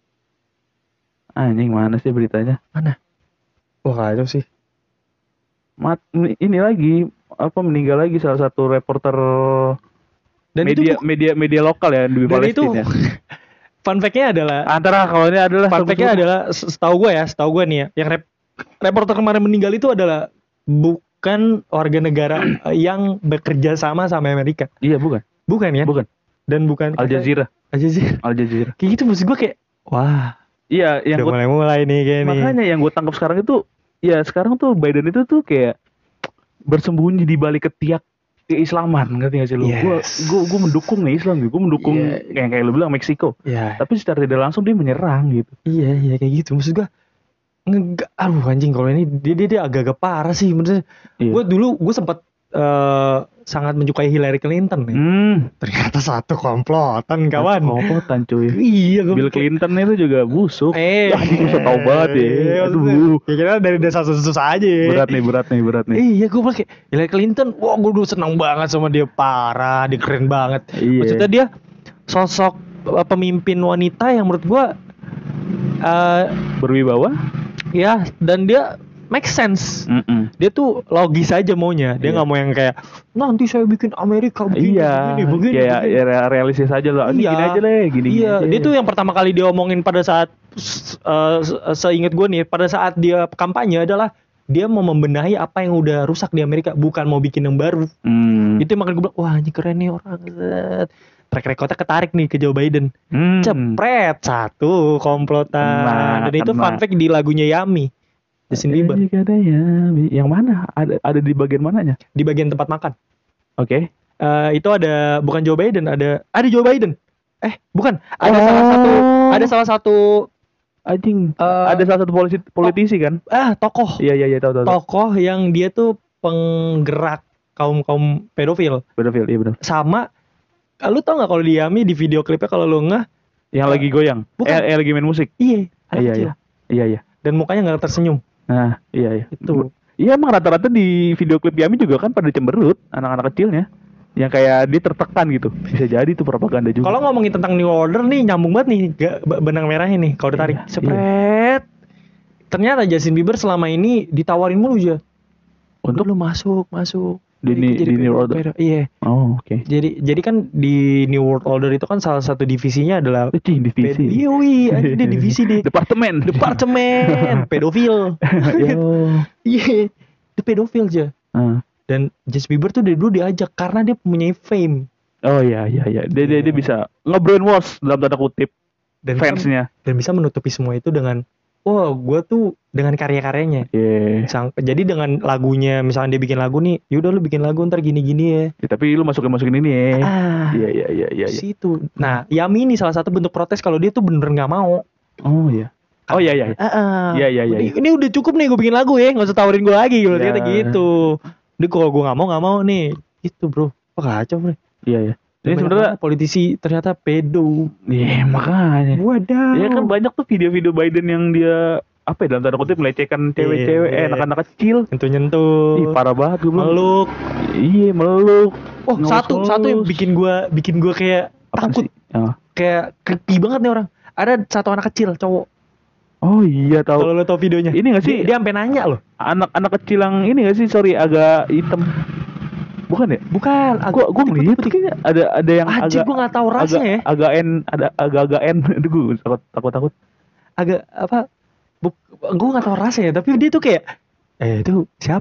Anjing mana sih beritanya? Wah kacau sih. Mat ini lagi apa meninggal lagi salah satu reporter Dan media itu media media lokal ya di dan itu Palestina. fun fact-nya adalah Antara kalau ini adalah fun fact-nya adalah se- setahu gue ya, setahu gue nih ya, yang rep- reporter kemarin meninggal itu adalah bukan warga negara eh, yang bekerja sama sama Amerika. Iya bukan, Bukan ya? bukan. Dan bukan Al Jazeera, Al Jazeera. Al Jazeera. Kayak gitu maksud gue kayak wah, Iya, yang udah gua, mulai-mulai nih kayak nih. makanya yang gue tangkap sekarang itu, ya sekarang tuh Biden itu tuh kayak bersembunyi di balik ketiak keislaman, ngerti gak sih lu? Gue Yes. gue gue mendukung nih Islam, gue mendukung Iya. yang kayak lu bilang Meksiko. Ya, Tapi secara tidak langsung dia menyerang gitu. iya iya kayak gitu maksud gue. Nggak, aduh anjing kalau ini dia dia, dia agak-agak parah sih menurut Iya. gue. Dulu gue sempat eh, sangat menyukai Hillary Clinton nih. Hmm, Ternyata satu komplotan kawan. Kompotan cuy. Iya gue Bill Clinton itu juga busuk. Eh, Ya, anjing bisa tahu banget ya. eh, Aduh. maksudnya, ya kira dari dasar susah aja. Berat nih, berat nih, berat nih. Iya gue pakai Hillary Clinton. Wah gue dulu senang banget sama dia, parah, dia keren banget. Iya. Maksudnya dia sosok eh, pemimpin wanita yang menurut gue eh Berwibawa? ya, dan dia make sense. Mm-mm. Dia tuh logis aja maunya. Dia Iya. nggak mau yang kayak nanti saya bikin Amerika begini, Iya, begini, begini, kayak begini. ya, realistis aja lah. Ini Iya. gini aja deh, gini Iya, aja. dia tuh yang pertama kali dia omongin pada saat uh, se- seingat gue nih, pada saat dia kampanye adalah dia mau membenahi apa yang udah rusak di Amerika, bukan mau bikin yang baru. Hmm. Itu yang makanya gue bilang, wah ini keren nih orang. Zet. Track recordnya ketarik nih ke Joe Biden. Hmm. Cepret satu komplotan. Kena, Dan itu kena. fun fact di lagunya Yummy, Justin Bieber, Jika ada ya, yang mana? Ada ada di bagian mananya? di bagian tempat makan. Oke. Eh, itu ada bukan Joe Biden, ada ada Joe Biden. Eh, bukan. Ada Oh. salah satu ada salah satu Anjing. eh, Ada salah satu politisi, politisi kan? ah tokoh. Iya iya iya tahu tahu. tahu. Tokoh yang dia tuh penggerak kaum-kaum pedofil. Pedofil, iya benar. Sama lu tau nggak kalau di Yami di video klipnya kalau lu ngeh, Yang lagi goyang. Bukan. Eh, eh, lagi main musik. iya, anak Iya kecil. iya. Iya iya. Dan mukanya nggak tersenyum. Nah, iya iya. Itu. Iya emang rata-rata di video klip Yami juga kan pada cemberut anak-anak kecilnya. Yang kayak dia tertekan gitu. Bisa jadi itu propaganda juga. Kalau ngomongin tentang New Order nih nyambung banget nih, ga- be- benang merahnya nih kalau ditarik. Iya, Sepret. Ternyata Justin Bieber selama ini ditawarin mulu aja. Untuk lu masuk, masuk. Di Ni- Jadi di New pedo- Order? pedo. Iya. Oh, oke. Jadi jadi kan di New World Order itu kan salah satu divisinya adalah Eh, cing, divisi. Iya, wih, anjing dia divisi deh. Departemen. Departemen pedofil. Yo. Iya, dia pedofil aja. Ah. Dan Justin Bieber tuh dari dulu diajak karena dia mempunyai fame Oh iya iya iya. Dia dia, dia Iya. bisa nge-brainwash dalam tanda kutip dan fansnya. dan bisa menutupi semua itu dengan wah, gue tuh dengan karya-karyanya. Iya. Sang, jadi dengan lagunya, misalnya dia bikin lagu nih, yaudah lu bikin lagu ntar gini-gini ya. Ya, tapi lu masukin masukin ini ya. Ah, Iya iya iya iya. iya. situ. Nah, Yami ini salah satu bentuk protes kalau dia tuh bener nggak mau. Oh iya. Oh iya iya. iya. Ah, ah. Iya, iya, iya, Ini, iya. ini udah cukup nih gue bikin lagu ya, nggak usah tawarin gue lagi gitu. Ya. Ternyata gitu. Dia kalau gue nggak mau nggak mau nih, gitu bro. Wah kacau bro. Iya iya. Ini Banyak sebenarnya banget politisi ternyata pedo. iya makanya. Wadah. Ya kan banyak tuh video-video Biden yang dia apa ya dalam tanda kutip melecehkan cewek-cewek, Iya, eh iya. anak-anak kecil. Nyentuh-nyentuh. Ih parah banget gue bilang. Meluk. Iya meluk. Oh Ngelus-ngelus. satu satu yang bikin gue bikin gue kayak Apaan takut, sih? Ah. kayak creepy banget nih orang. Ada satu anak kecil cowok. Oh iya tahu. Kalau lo tau videonya. Ini nggak sih? Dia, dia sampai nanya loh. Anak-anak kecil yang ini gak sih? Sorry agak hitam. Bukan ya? Bukan. Gua gua ngeliat kayaknya ada ada yang Anjir agak gue nggak tahu rasanya agak ya. agak N ada agak-agak N. Aduh gue takut takut takut. Agak apa? Gue nggak tahu rasanya. Tapi dia tuh kayak, eh itu siapa?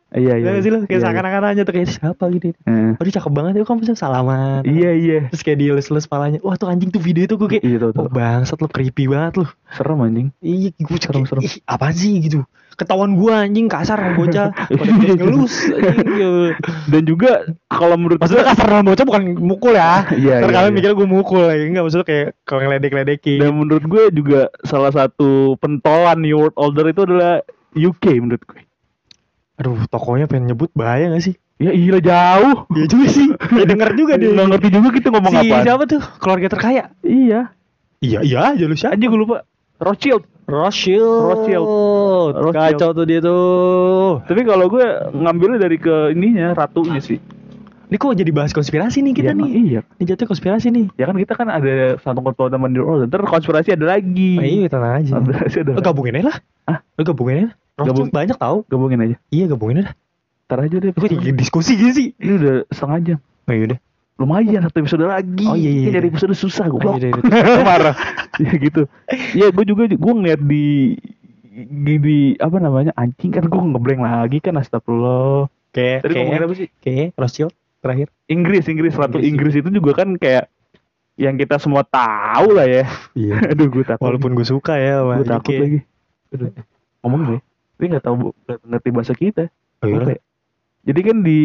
Iya iya. Iya gak sih lo? Kayak iya, seakan-akan aja tuh kayak siapa gitu. iya. Waduh cakep banget ya, kamu bisa salaman. Iya iya. Terus kayak dielus-elus palanya. Wah tuh anjing tuh video itu gue kayak, Iya tuh, tuh. oh bangsat lo, creepy banget lo. Serem anjing. Iya gue Serem, serem. ih apaan sih gitu. Ketahuan gue anjing kasar sama bocah. Pada ngelus anjing gitu. Dan juga kalau menurut Maksudnya kasar sama bocah bukan mukul ya. Iya, Ntar iya, kalian iya. mikirnya gue mukul lagi. Enggak, maksudnya kayak kalau ngeledek-ledekin. Dan menurut gue juga salah satu pentolan New World Order itu adalah U K menurut gue. Aduh tokonya pengen nyebut bahaya gak sih? Ya iya jauh. Iya juga sih. Ya denger juga dia. Nggak ngerti juga kita ngomong Si apa. siapa tuh? Keluarga terkaya. Iya. Iya iya aja lu siapa? Anjing gue lupa. Rothschild. Rothschild. Rothschild. Rothschild. Kacau tuh dia tuh. Tapi kalau gue ngambilnya dari ke ininya ratunya sih. Ini kok jadi bahas konspirasi nih kita Ya, nih. Iya. Ini jatuh konspirasi nih. Ya kan kita kan ada satu ketua teman New World Order. Ntar konspirasi ada lagi. Oh, iya tenang aja. Konspirasi ada. Lo gabungin aja lah. Hah? Lo gabungin aja. Rothschild Gabung- banyak tau. Gabungin aja. Iya gabungin aja. Ntar aja deh. Gue jadi diskusi gini sih. Ini udah setengah jam. Oh iya udah. Lumayan satu episode lagi. Oh, iya, iya, Ini iya. dari episode susah gue. Oh, iya, iya, iya. Marah. Ya gitu. Ya gue juga gue ngeliat di di, di apa namanya anjing kan gue ngeblank lagi kan astagfirullah. Kayak Tadi ngomongin apa sih? Kayak Rothschild terakhir. Inggris Inggris ratu Inggris, Inggris itu juga kan kayak yang kita semua tahu lah ya. Iya. Aduh gue takut. Walaupun gue suka ya sama gue takut U K. lagi. Aduh. Ngomong deh. Dia nggak tahu nggak ngerti bahasa kita. Oh, iya. Apa ya? Jadi kan di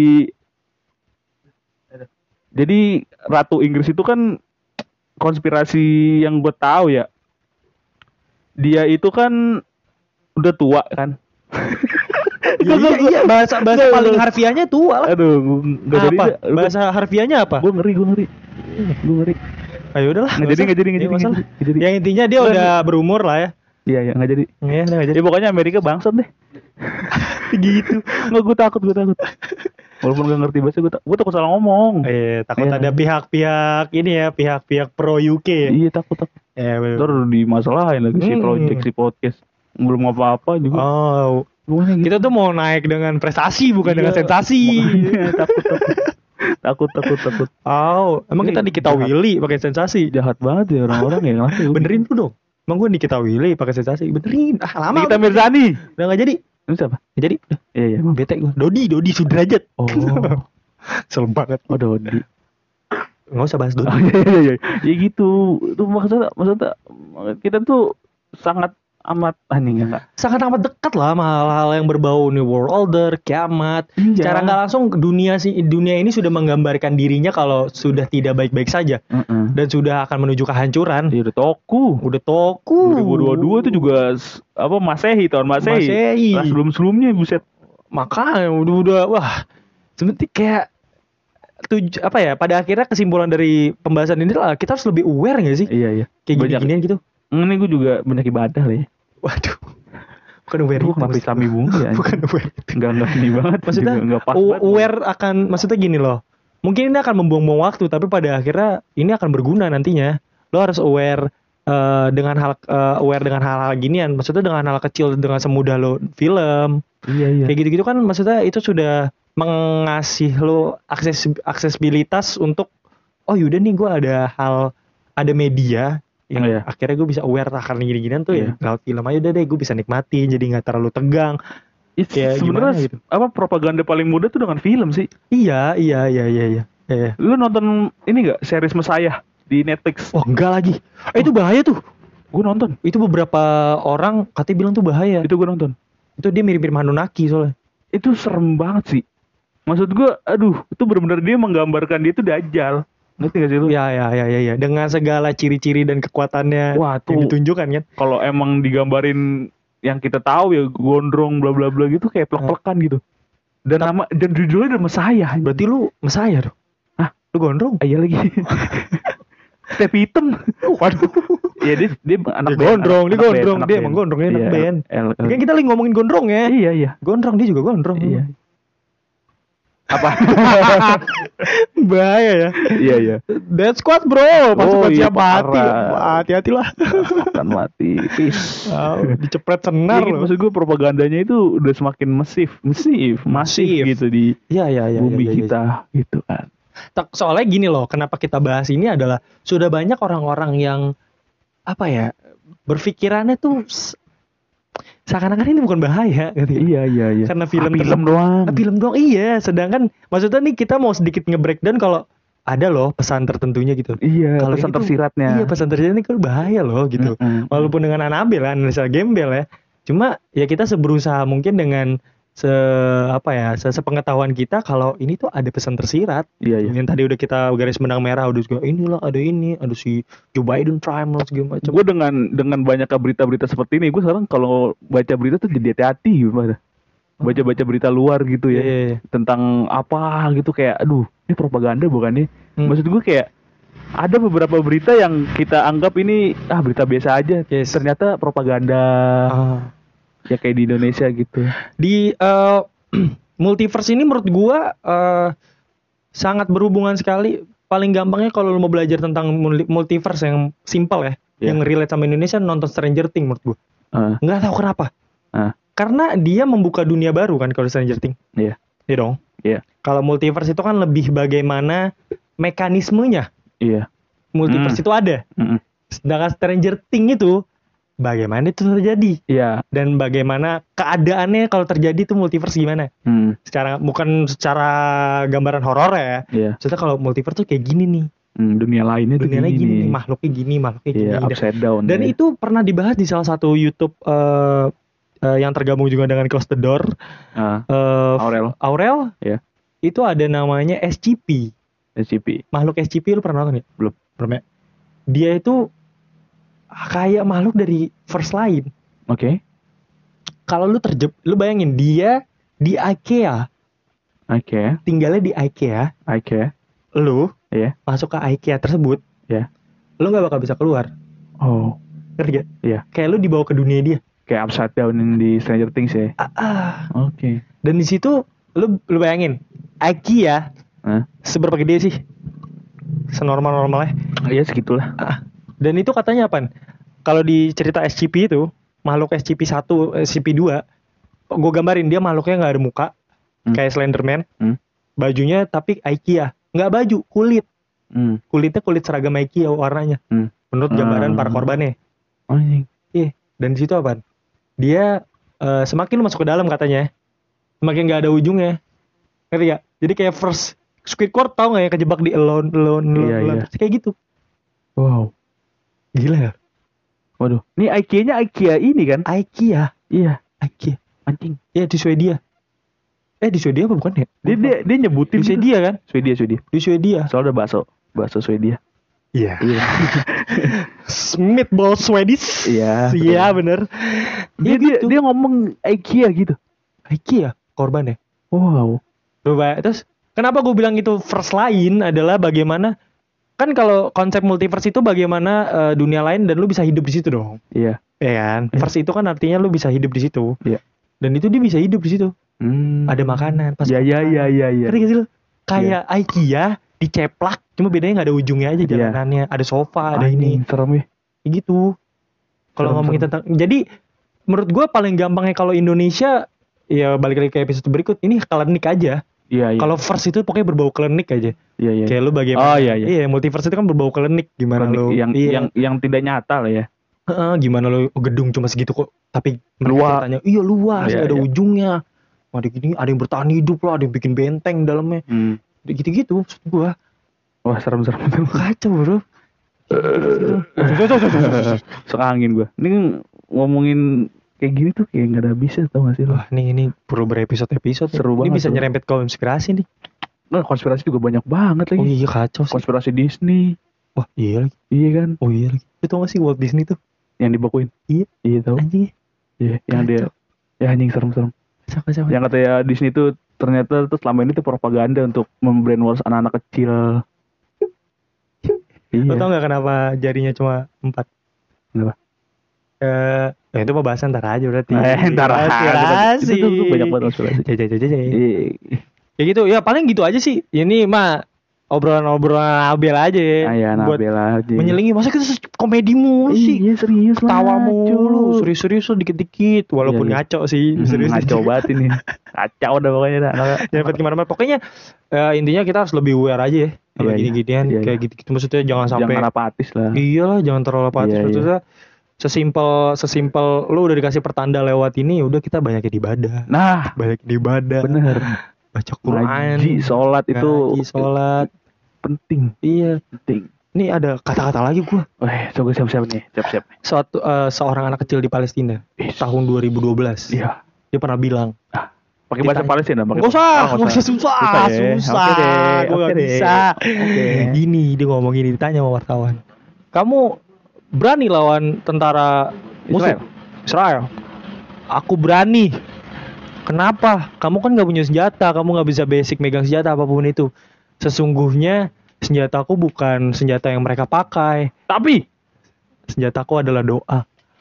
jadi ratu Inggris itu kan konspirasi yang gue tahu ya. Dia itu kan udah tua kan. Iya iya, iya. bahasa bahasa Nggak, paling nggak. harfiahnya tua lah. Aduh, nggak jadi. Apa? Bahasa harfiahnya apa? Gue ngeri, gue ngeri, gue ngeri. Ayo udahlah. Nggak jadi, nggak jadi, nggak Iya, jadi, masalah. nggak jadi. Yang intinya dia Nggak, udah berumur lah ya. Iya, iya nggak jadi. Iya, udah nggak jadi. Jadi pokoknya Amerika bangsat deh. Gitu. Nggak, gue takut, gue takut. Walaupun gak ngerti bahasa, gue takut, gue takut salah ngomong. Eh, takut Iya. ada pihak-pihak ini ya, pihak-pihak pro U K ya. Iya takut, takut. Ya, bener. Ntar dimasalahin lagi si Hmm. project, si podcast. Belum apa-apa juga. Oh, Pokoknya gitu. kita tuh mau naik dengan prestasi bukan Iya, dengan sensasi. makanya takut, takut. Takut, takut, takut. Oh, emang kita Ini Nikita jahat. Willy pakai sensasi. Jahat banget ya orang-orang ya. Kenapa ya? Benerin tuh dong. Emang gue Nikita Willy pakai sensasi. Benerin. Ah, lama. Nikita Mirzani. Udah enggak jadi. Ini siapa? Nggak jadi. Udah. Iya, iya. Emang bete gue. Dodi, Dodi Sudrajat. Oh. Serem banget. Oh, Dodi. Enggak usah bahas Dodi. Oh, iya, iya, iya. Ya gitu. Itu maksudnya, maksudnya kita tuh sangat amat anjing enggak. Sangat amat dekat lah sama hal-hal yang berbau New World Order, kiamat. Iya. Secara nggak langsung dunia sih dunia ini sudah menggambarkan dirinya kalau sudah tidak baik-baik saja Heeh. dan sudah akan menuju kehancuran. Iya, udah toku. Udah toku. dua ribu dua puluh dua itu juga s- apa Masehi, tahun Masehi. Masehi. Nah, sebelum-sebelumnya buset. Makanya udah udah wah seperti kayak tuj apa ya pada akhirnya kesimpulan dari pembahasan ini lah kita harus lebih aware nggak sih Iya, iya. kayak Banyak- gini-ginian gitu. Ini gue juga banyak ibadah lah ya. Waduh. Bukan aware Gue itu, kenapa maksud- Islami bunga ya? Bukan aware itu. Enggak enggak ini banget. Maksudnya juga enggak pas aw- banget. aware akan maksudnya gini loh. Mungkin ini akan membuang-buang waktu tapi pada akhirnya ini akan berguna nantinya. Lo harus aware eh, dengan hal eh, aware dengan hal-hal ginian. Maksudnya dengan hal kecil dengan semudah lo film. Iya, iya. Kayak gitu-gitu kan maksudnya itu sudah mengasih lo akses aksesibilitas untuk oh yaudah nih gue ada hal ada media yang Iya. akhirnya gue bisa aware akan gini-ginian tuh Iya. ya lewat film aja udah deh gue bisa nikmatin jadi nggak terlalu tegang. It's- Kayak sebenarnya gimana gitu. apa propaganda paling mudah tuh dengan film sih. Iya iya iya iya iya. Iya. Lu nonton ini enggak series Messiah di Netflix? Wah enggak lagi. Eh, itu bahaya tuh. Gue nonton. Itu beberapa orang katanya bilang tuh bahaya. Itu gue nonton. Itu dia mirip-mirip Anunnaki soalnya. Itu serem banget sih. Maksud gue, aduh, itu benar-benar dia menggambarkan dia tuh dajjal. Ngerti gak sih lu? Ya ya ya ya ya. Dengan segala ciri-ciri dan kekuatannya Wah, yang tuh. ditunjukkan kan. Kalau emang digambarin yang kita tahu ya gondrong bla bla bla gitu kayak plek-plekan gitu. Dan nama dan judulnya udah Messiah. Berarti lu Mesaya dong. Hah? Lu gondrong? Ah, iya lagi. Step hitam. Waduh. Iya dia dia anak Dia band, gondrong, anak- dia anak band, gondrong, anak dia band. emang gondrong, dia anak Iya, band. L- L- Kan kita lagi ngomongin gondrong ya. Iya iya. Gondrong dia juga gondrong. Iya. Apa? Bahaya ya. Iya iya. Dead squad bro. Pasukan Oh, iya, siap mati. parah. Hati-hatilah. Akan mati. Peace. Oh, dicepret Iya, senar gitu, loh. maksud gue propagandanya itu udah semakin masif, masif, masif Masif. gitu di Iya iya iya. bumi iya, iya, kita gitu kan. Tak- Soalnya gini loh, kenapa kita bahas ini adalah sudah banyak orang-orang yang apa ya berpikirannya tuh s- seakan-akan ini bukan bahaya gitu. Iya iya iya. Karena film Ah, film tersebut- doang. Ah, film doang iya, sedangkan maksudnya nih kita mau sedikit nge-breakdown kalau ada loh pesan tertentunya gitu. Iya, Kalau pesan ini tuh- tersiratnya. Iya, pesan tersiratnya ini kan bahaya loh gitu. Mm-mm. Walaupun dengan Annabelle, analisa gembel ya. Cuma ya kita seberusaha mungkin dengan se apa ya, se sepengetahuan kita kalau ini tuh ada pesan tersirat. Iya iya. Yang tadi udah kita garis benang merah udah juga inilah ada ini, ada si Joe Biden Trump segala macam. Gue dengan dengan banyaknya berita-berita seperti ini, gue sekarang kalau baca berita tuh jadi hati-hati gimana. Baca-baca berita luar gitu ya. Iya, iya, iya. Tentang apa gitu kayak aduh, ini propaganda bukan nih? Hmm. Maksud gue kayak ada beberapa berita yang kita anggap ini ah berita biasa aja, Yes. ternyata propaganda. Ah. Ya kayak di Indonesia gitu. Di eh, multiverse ini menurut gua eh, sangat berhubungan sekali. Paling gampangnya kalau lu mau belajar tentang mul- multiverse yang simple ya, Iya. yang relate sama Indonesia, nonton Stranger Things menurut gua. Ah, Nggak tahu kenapa. ah, Karena dia membuka dunia baru kan kalau Stranger Things. iya, Iya dong. iya, Kalau multiverse itu kan lebih bagaimana mekanismenya iya. multiverse Hmm. itu ada. Mm-mm. Sedangkan Stranger Things itu bagaimana itu terjadi Iya. dan bagaimana keadaannya kalau terjadi itu multiverse gimana? Hmm, Secara bukan secara gambaran horor ya. iya. Maksudnya kalau multiverse tuh kayak gini nih. Hmm, dunia lainnya tuh Dunianya gini. gini nih, makhluknya gini, makhluknya gini. Iya, Dan- upside down. Dan ya. itu pernah dibahas di salah satu YouTube eh, eh, yang tergabung juga dengan Close the Door. Ah, eh, Aurel, Aurel. Iya. Itu ada namanya S C P. S C P. Makhluk S C P lu pernah nonton ya? Belum. Belum ya? Dia itu kayak makhluk dari verse lain. Oke. Kalau lu terjeb, lu bayangin dia di IKEA, Oke. tinggalnya di IKEA, Oke. lu Iya. masuk ke IKEA tersebut, Iya. lu nggak bakal bisa keluar. Oh, Ngerti gak? iya. Kayak lu dibawa ke dunia dia. Kayak upside down di Stranger Things ya. Ah, ah. Oke. Dan di situ lu lu bayangin IKEA Hah? seberapa gede sih? Senormal normalnya. Iya segitulah. Ah. Dan itu katanya apa? Kalau di cerita S C P itu makhluk S C P satu, S C P dua, gue gambarin dia makhluknya nggak ada muka, Hmm. kayak Slenderman. Hmm. Bajunya tapi IKEA, nggak baju, kulit. Hmm. Kulitnya kulit seragam IKEA warnanya. Hmm. Menurut gambaran Ah. para korbannya. Anjing. Iya. Dan di situ apa? Dia eh, semakin lu masuk ke dalam katanya, semakin nggak ada ujungnya. Ngerti gak? Jadi kayak first Squidward tau nggak ya kejebak di alone, alone, alone, Iya, alone. iya. Terus kayak gitu. Wow. Gila ya? Waduh. Ini IKEA-nya IKEA ini kan? IKEA, Iya. IKEA. Anjing. Ya di Swedia. Eh di Swedia apa bukan ya? Dia dia, dia nyebutin Di gitu. Swedia kan? Swedia, Swedia. Di Swedia. Soalnya ada bakso, bakso Swedia. Iya. Iya. Meatball Swedish. Iya. Iya bener. Dia, Iya dia, gitu. dia ngomong IKEA gitu. IKEA korban ya. Wow. Coba terus kenapa gue bilang itu first lain adalah bagaimana kan kalau konsep multiverse itu bagaimana eh, dunia lain dan lu bisa hidup di situ dong. Iya. Ya kan? Verse itu kan artinya lu bisa hidup di situ. Iya. Dan itu dia bisa hidup di situ. Hmm. Ada makanan, pas Ya ya makan. ya ya ya. Ngerti gak sih lu? Kayak IKEA diceplak, cuma bedanya nggak ada ujungnya aja Iya. jalanannya. Ada sofa, ada ini. Anjing, serem ya. Kayak gitu. Kalau Serem, ngomongin serem. tentang, jadi menurut gue paling gampangnya kalau Indonesia, ya balik lagi ke episode berikut, ini klinik aja. Iya iya. Kalau verse itu pokoknya berbau klinik aja. Iya iya. Kayak lu bagaimana? Oh, iya, iya. Iya, multiverse itu kan berbau klinik. Gimana Klinik lu? yang iya. yang yang tidak nyata lah ya. Heeh, gimana lu oh, gedung cuma segitu kok, tapi Luas. tanya, iya luas, Iya, nggak ada iya. ujungnya. Ada gini, ada yang bertahan hidup lah, ada yang bikin benteng dalamnya. Hmm. Gitu-gitu, maksud gua. Wah serem serem serem. Kacau bro. Sok angin gua. Ini ngomongin kayak gini tuh kayak nggak ada habisnya tau gak sih lo? Wah, ini ini perlu berepisode-episode. Seru Ini banget, bisa seru. nyerempet konspirasi nih. Nah, konspirasi juga banyak banget lagi. Oh iya kacau sih. Konspirasi Disney. Wah iya lagi. Iya kan? Oh iya lagi. Lu tau gak sih Walt Disney tuh? Yang dibakuin. Iya. Iya tahu. Anjing. Iya, yang dia ya anjing serem-serem. Siapa siapa? Yang katanya Disney tuh ternyata tuh selama ini tuh propaganda untuk membrainwash anak-anak kecil. Lu Iya. tau gak kenapa jarinya cuma empat? Kenapa? Eh, ya itu pembahasan ntar aja berarti. Eh, ntar aja. Konspirasi. Itu tuh banyak banget konspirasi. Jaj, jaj, jaj, jaj. Iya. Ya gitu, ya paling gitu aja sih. Ini mah obrolan-obrolan Abel aja ya. Ayah buat Nabela aja. menyelingi. Masa kita komedi mulu sih? Iya serius lah. Tawa mulu, Cuk. serius-serius tuh dikit-dikit. Walaupun Iya, iya. ngaco sih, Hmm, serius ngaco banget ini. Kacau dah pokoknya dah. Jangan kemana-mana. Pokoknya eh, intinya kita harus lebih aware aja ya. Kalau Iya, iya. gini-ginian, Iya, kayak iya. gitu-gitu. Maksudnya jangan sampai. Jangan apatis lah. Iyalah, jangan terlalu apatis. Iya, iya. Maksudnya Sesimpel sesimpel lu udah dikasih pertanda lewat ini, udah kita banyakin ibadah. Nah, Banyakin ibadah. bener. Baca Quran. Ngaji, sholat itu Ngaji, sholat. penting, Iya. penting. Ini ada kata-kata lagi gua. Weh, coba siap-siap nih, siap-siap. Suatu eh, seorang anak kecil di Palestina Ih, tahun dua ribu dua belas. Iya. Dia pernah bilang, Pakai bahasa Ditanya. Palestina, pakai. Gak usah, Ah, gak usah susah, Susah ya? susah, Oke deh, gue oke gak deh. bisa. Oke. Gini, dia ngomong gini, ditanya sama wartawan. Kamu berani lawan tentara musuh? Israel. Israel. Aku berani. Kenapa? Kamu kan gak punya senjata, kamu gak bisa basic megang senjata apapun itu. Sesungguhnya senjataku bukan senjata yang mereka pakai. Tapi Senjataku adalah doa.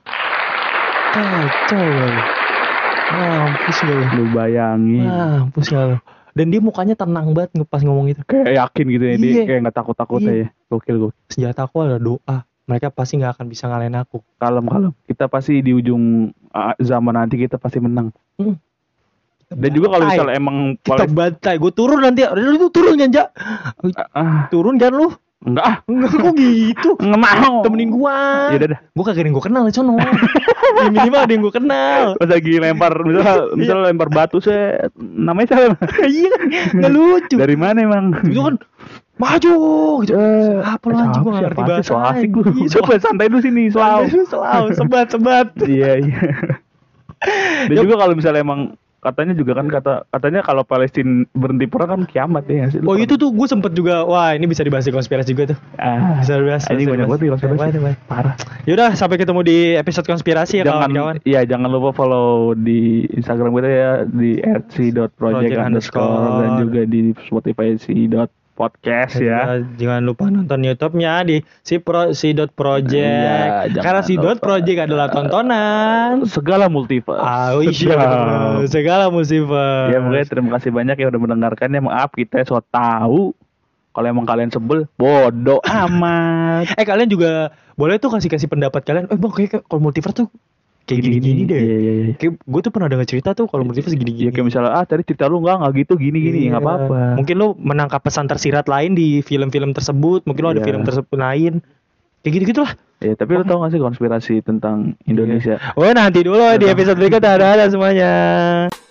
Kacau lu. Mampus gak lu. lu bayangin, Mampus gak lu. Dan dia mukanya tenang banget pas ngomong itu. kayak yakin gitu ya, dia Iya. kayak nggak takut-takut Iya. aja. Gokil, gokil. Senjataku adalah doa. Mereka pasti gak akan bisa ngalahin aku. Kalem, kalem. Kita pasti di ujung uh, zaman nanti kita pasti menang. Hmm. Dan juga kalau Bantai. misalnya emang Kita Palestina, bantai. Gue turun nanti. Lu tuh turun kan, Ja? ah, Turun kan lu? enggak ah, Enggak, kok gitu? nggak mau. Temenin gua. Ya udah dah. Gue kagak ada yang gue kenal di sono. Ya, minimal ada yang gue kenal. Pas lagi lempar, misal, misal lempar batu saya, namanya siapa? Iya kan? Gak lucu. Dari mana emang? Itu kan maju gitu. Eh, Apa lu anjing, gue gak ngerti bahasa. So asik lu. Iya, so Coba santai dulu sini, selalu. Selalu sebat-sebat. Iya, iya. Dan juga kalau misalnya emang katanya juga kan kata katanya kalau Palestina berhenti perang kan kiamat ya. Sih? Oh itu tuh gue sempet juga. Wah ini bisa dibahas di konspirasi juga tuh. Ah, Bisa dibahas. ini bisa banyak dibahas. banget nih konspirasi. Banyak, banyak. Parah. Yaudah sampai ketemu di episode konspirasi ya Jangan, kawan-kawan. iya jangan lupa follow di Instagram kita ya di r c dot project Project underscore underscore. dan juga di Spotify c dot podcast ya. Jangan- Jangan lupa nonton YouTube-nya di si pro si dot project. Iya, jangan Karena si dot lupa. project adalah tontonan. Segala multiverse. Ah, iya, Sedap. bener. Segala musibah. Ya makanya terima kasih banyak ya udah mendengarkannya. Maaf kita so tahu. Kalau emang kalian sebel, bodoh amat. Eh kalian juga boleh tuh kasih-kasih pendapat kalian. Eh bang kayak kalau multiverse tuh kayak gini-gini deh. Iya, iya, iya. Kayak gue tuh pernah dengar cerita tuh kalau multiverse Ya gini-gini. kayak misalnya ah tadi cerita lu enggak enggak gitu gini gini Iya. enggak apa-apa. Mungkin lu menangkap pesan tersirat lain di film-film tersebut. Mungkin lu ada Iya. film tersebut lain. Kayak gitu-gitu lah. Ya, tapi lu tau gak sih konspirasi tentang Indonesia? Oh nanti dulu di episode berikutnya. Ada-ada semuanya.